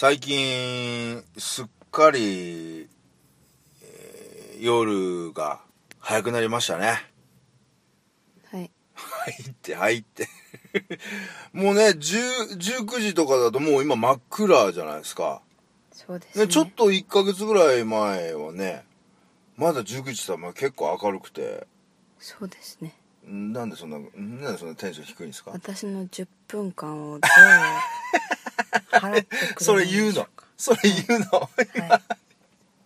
最近すっかり、夜が早くなりましたね。 はい入ってもうね19時とかだともう今真っ暗じゃないですか。 そうですね。 ちょっと1ヶ月ぐらい前はねまだ19時とは結構明るくて。 そうですね。 なんでそんなテンション低いんですか？ 私の10分間をどう払ってくれるんでしょうか。 それ言うの、 はい、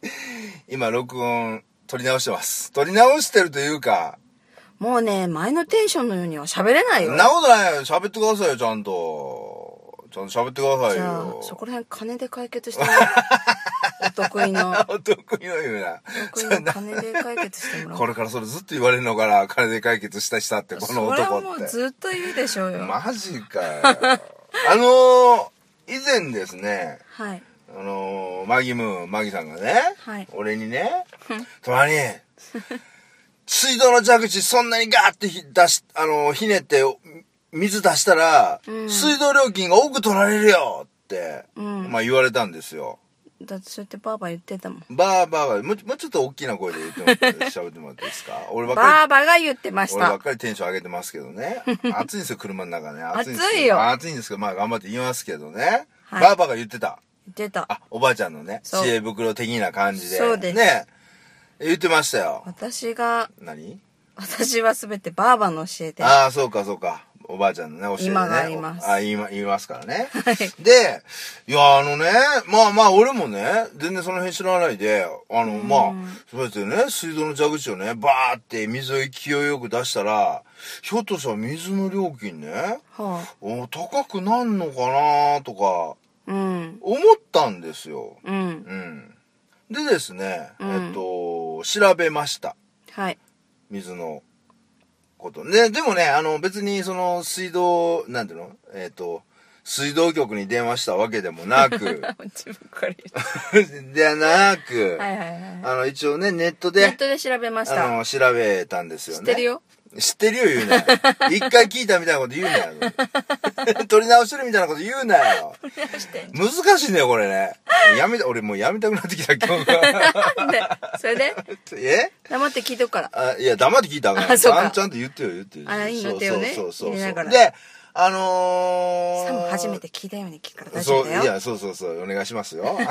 今録音取り直してます。取り直してるというか、 もうね、前のテンションのようには喋れないよ。 そんなことないよ。喋ってくださいよ、ちゃんと喋ってくださいよ。 じゃあそこら辺金で解決してもらう。お得意のお得意の言うな。 お得意の金で解決してもらおう。 これからそれずっと言われるのから金で解決したってこの男って。 それはもうずっと言うでしょうよ。 マジかよ。以前ですね、 はい、 マギさんがね、 はい、 俺にね、たまに水道の蛇口そんなにガーってひねって水出したら、水道料金が多く取られるよって、言われたんですよ。 だってそうやってバーバー言ってたもん。 バーバーがもうちょっと大きな声で喋ってもらっていいですか？ バーバーが言ってました。 俺ばっかりテンション上げてますけどね。暑いんですよ、車の中ね。 暑いよ。 暑いんですけど、頑張って言いますけどね。 はい、 バーバーが言ってた。おばあちゃんのね、知恵袋的な感じで。 そうです。 ね。言ってましたよ。 私はすべてバーバーの教えて。 ああ、そうか。おばあちゃんのね、教えてね。 今があります。 言いますからね。 はい。 で、いや、俺もね、全然その辺知らないで、そうやってね、水道の蛇口をね、バーって水を勢いよく出したら、ひょっとしたら水の料金ね、高くなんのかなとか、思ったんですよ。でですね、調べました。 はい。 水のことね。でもね、別にその水道、なんていうの？水道局に電話したわけでもなく、 自分からではなく、一応ね、ネットで調べました。 調べたんですよね。知ってるよ言うなよ。一回聞いたみたいなこと言うなよ。取り直してるみたいなこと言うなよ。難しいねこれね。俺もうやめたくなってきた今日が。 なんでそれで黙って聞いとくから。 いや黙って聞いたから。ちゃんと言ってよ。 いいの手をね。 そう。 で、 さも初めて聞いたように聞くから大丈夫だよ。 いや、そう、お願いしますよ。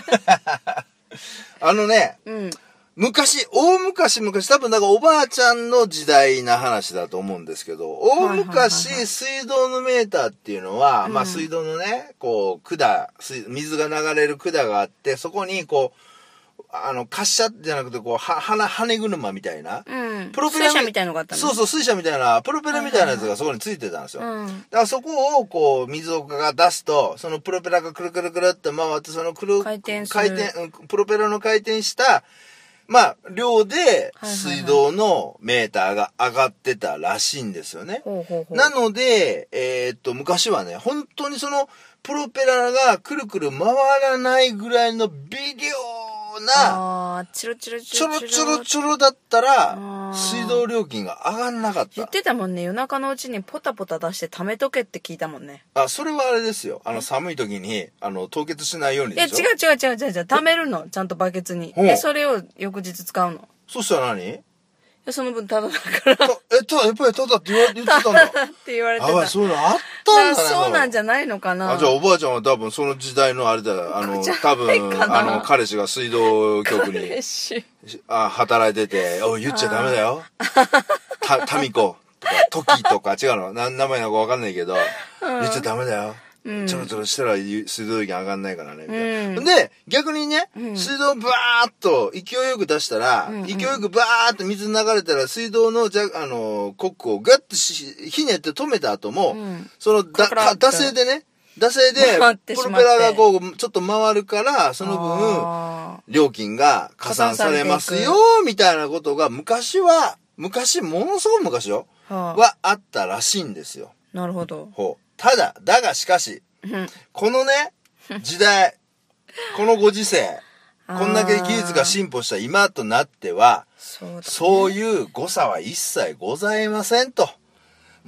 大昔、多分おばあちゃんの時代な話だと思うんですけど、大昔、水道のメーターっていうのは、水道のね、こう、水が流れる管があって、そこにこう、滑車じゃなくて、こう、羽車みたいな。 プロペラ水車みたいなのがあったの？ そう、水車みたいな、プロペラみたいなやつがそこについてたんですよ。だからそこを、こう、水を出すと、そのプロペラがくるくるくるって回って、そのプロペラの回転した、量で水道のメーターが上がってたらしいんですよね。なので、昔はね、本当にそのプロペラがくるくる回らないぐらいの微量な、ちょろだったら、水道料金が上がんなかった。 言ってたもんね、夜中のうちにポタポタ出して貯めとけって聞いたもんね。 それはあれですよ。寒い時に、凍結しないようにでしょ。 いや、違う。貯めるの。ちゃんとバケツに。で、それを翌日使うの。 そしたら何？ その分タダだから。 やっぱりタダって言ってたんだ。 って言われてた。 そういうのあったんだね。 そうなんじゃないのかな。 じゃあおばあちゃんは多分その時代のあれだよ。多分、彼氏が水道局に、働いてて、言っちゃダメだよ。タミコとか、トキとか違うの。名前なんかわかんないけど、言っちゃダメだよ。ちょろしたら水道料金上がんないからね。で、逆にね、水道バーっと勢いよく出したら、勢いよくバーっと水流れたら、水道のコックをガッとひねって止めた後も、その惰性で、プロペラがこう、ちょっと回るから、その分、料金が加算されますよ、みたいなことが、昔、ものすごく昔よ、はあったらしいんですよ。 なるほど。 だがしかし、このね、時代、このご時世、こんだけ技術が進歩した今となっては、そういう誤差は一切ございませんと。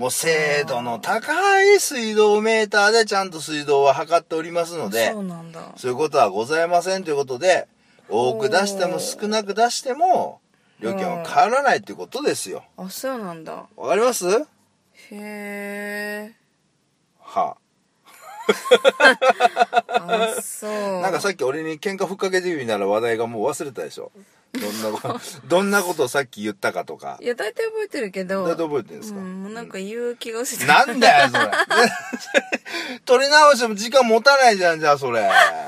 もう精度の高い水道メーターでちゃんと水道は測っておりますので、 そうなんだ。 そういうことはございませんということで、多く出しても少なく出しても料金は変わらないということですよ。 あ、そうなんだ。 わかります？ へえ。 はあ、そう。 なんかさっき俺に喧嘩ふっかけてみたら話題がもう忘れたでしょ。どんなことをさっき言ったかとか。 いや、大体覚えてるけど。 大体覚えてるんですか？ もうなんか言う気がしてた。なんだよ、それ。取り直しても時間持たないじゃん、じゃあ、それ。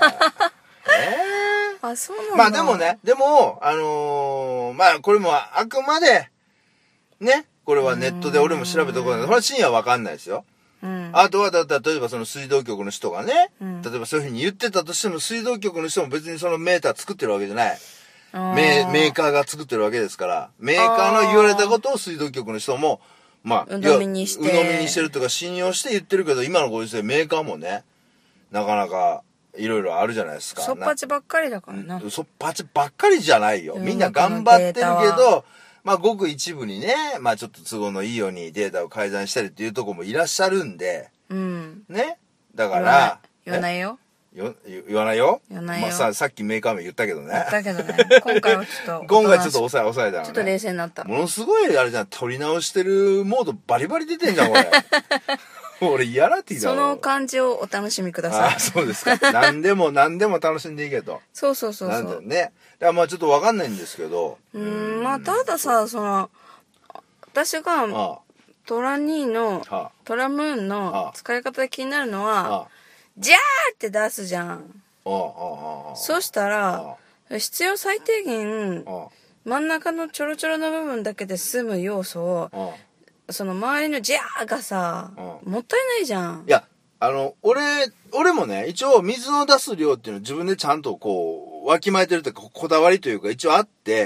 あ、そうなんだ。 まあでもね、まあこれもあくまで、ね、これはネットで俺も調べたことないけど、これは深夜はわかんないですよ。あとは、例えばその水道局の人がね、例えばそういうふうに言ってたとしても、水道局の人も別にそのメーター作ってるわけじゃない。メーカーが作ってるわけですから、メーカーの言われたことを水道局の人も、まあ、 鵜呑みにしてるとか信用して言ってるけど、今のご時世メーカーもね、なかなかいろいろあるじゃないですか。 そっぱちばっかりだからな。 そっぱちばっかりじゃないよ。みんな頑張ってるけど、まあごく一部にね、まあちょっと都合のいいようにデータを改ざんしたりっていうところもいらっしゃるんで、ね。だから、 言わないよ。 言わないよ。 言わないよ。 まあさっきメーカー名言ったけどね。 言ったけどね。今回はちょっと。 今回ちょっと抑えたのね。 ちょっと冷静になった。 ものすごいあれじゃん、取り直してるモードバリバリ出てんじゃん、これ。俺嫌なってきたその感じをお楽しみください。 あ、そうですか。何でも楽しんでいけと。 そう。 なんだよね。だからまあちょっとわかんないんですけど。 まあたださ、私が、トラニーの、トラムーンの使い方で気になるのは、ジャーって出すじゃん。そしたら、必要最低限、真ん中のちょろちょろの部分だけで済む要素を、その周りのジャーがさ、もったいないじゃん。 いや、俺もね、一応水の出す量っていうのを自分でちゃんとこう、わきまえてるというか、こだわりというか一応あって、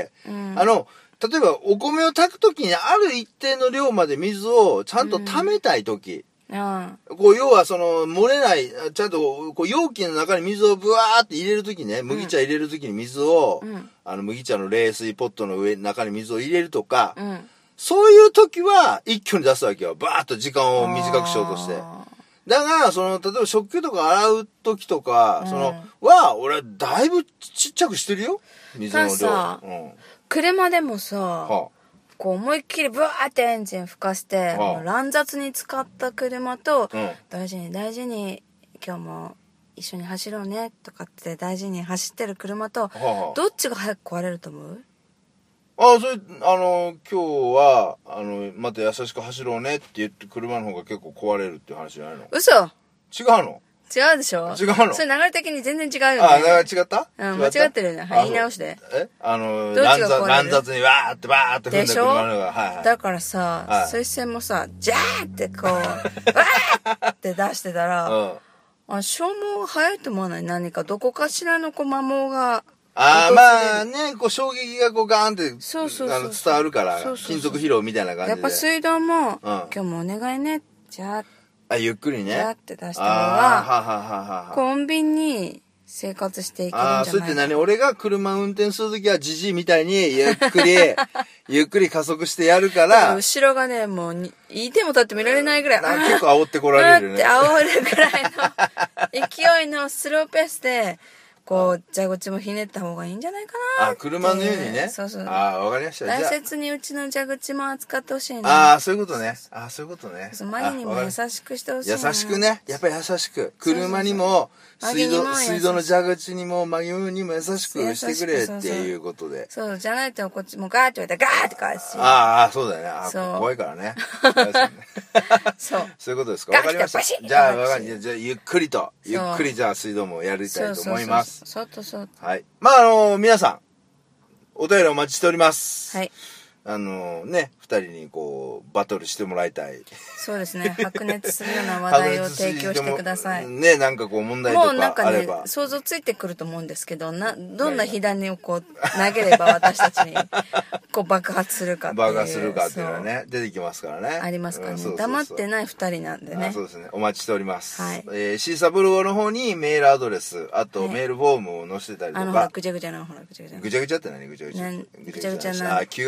例えばお米を炊くときにある一定の量まで水をちゃんと溜めたいとき、こう要は漏れない、ちゃんとこう容器の中に水をブワーって入れるときね、麦茶入れるときに水を、麦茶の冷水ポットの中に水を入れるとか、そういうときは一挙に出すわけよ。バーッと時間を短くしようとして。だが、例えば食器とか洗うときとか、俺だいぶちっちゃくしてるよ。水の量。 車でもさ、こう思いっきりブワーってエンジン吹かして、もう乱雑に使った車と、大事に今日も一緒に走ろうねとかって大事に走ってる車と、どっちが早く壊れると思う？ 今日はまた優しく走ろうねって言って車の方が結構壊れるっていう話じゃないの？ 嘘？ 違うの？ 違うでしょ？ 違うの？ それ流れ的に全然違うよね。 違った？ 間違ってるよね。はい、言い直して。 乱雑にわーってバーって踏んで車の方が。 だからさ、水栓もさ、ジャーってこう、わーって出してたら、消耗が早いと思わない？何かどこかしらの摩耗が。 まあね、衝撃がガーンって伝わるから、金属疲労みたいな感じで。 やっぱ水道も、今日もお願いね、じゃあ。 ゆっくりね。 じゃあって出した方が、穏便に生活していけるんじゃないか。 それって何？俺が車運転するときはジジイみたいにゆっくり加速してやるから。 後ろがね、もう、いても立って見られないぐらい。 結構煽ってこられるね。 って煽るぐらいの勢いのスローペースで、こう、蛇口もひねった方がいいんじゃないかな。 車のようにね。 そう。 わかりました。 大切にうちの蛇口も扱ってほしいね。 そういうことね。そういうことね。 マニにも優しくしてほしい。 優しくね。やっぱり優しく。車にも、水道の蛇口にも、マギにも優しくしてくれっていうことで。 そう、じゃないとこっちもガーって言われたらガーって返すし。 そうだよね。怖いからね。そういうことですか。わかりました。じゃあ、ゆっくりじゃあ水道もやりたいと思います。 そう。 はい。まあ、皆さん、お便りお待ちしております。 はい。 二人にバトルしてもらいたい。 そうですね。白熱するような話題を提供してください。 ね、なんか問題とかあれば。もうなんかね、 想像ついてくると思うんですけど、どんな火種を投げれば私たちに、爆発するかっていう。 爆発するかっていうのはね、出てきますからね。 ありますからね。黙ってない二人なんでね。 そうですね。お待ちしております。 はい。 シーサブローの方にメールアドレス、あとメールフォームを載せてたりとか。 ぐちゃぐちゃな、 ぐちゃぐちゃって何？ぐちゃぐちゃ。 ぐちゃぐちゃな。 QR コード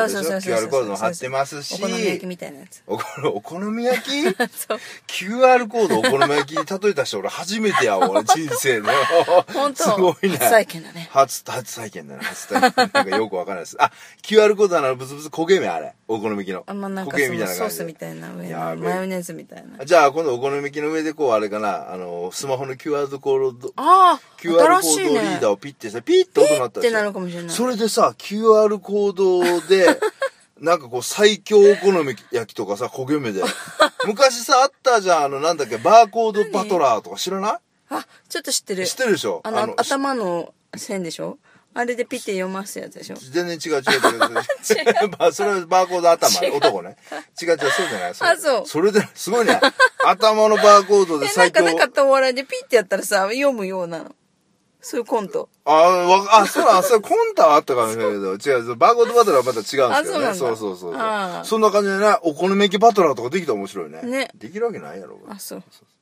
でしょ。QR コードも貼ってますし。 お好み焼きみたいなやつ。 お好み焼きそう。QR コードお好み焼きに例えた人俺初めてやわ、俺人生の。 本当すごいね。 初体験だね。 初体験だね。初体験。なんかよくわかんないです。あ、QR コードならブツブツ焦げ目あれ。お好み焼きの。 まあ、なんかそのソースみたいな上のマヨネーズみたいな。 じゃあ今度お好み焼きの上でこうあれかな、スマホの QR コード、QR コードリーダーをピッてさ、ピッて音鳴ったってなるかもしれない。 それでさ、QR コードで、なんかこう最強お好み焼きとかさ、焦げ目で。昔さ、あったじゃん、なんだっけ、バーコードパトラーとか知らない？ あ、ちょっと知ってる。 知ってるでしょ？ 頭の線でしょ？あれでピッて読ますやつでしょ？ 全然違う。それはバーコード頭、男ね。違う、そうじゃない。 そう。 それで、すごいね。頭のバーコードで最強。 なんかなかったお笑いでピッてやったらさ、読むようなの。そういうコント。 そうコントはあったかもしれないけど、違う、バーコードバトラーはまた違うんですけどね。そう。そんな感じでね、お好み焼きバトラーとかできたら面白いね。 ね。 できるわけないやろ。 そう。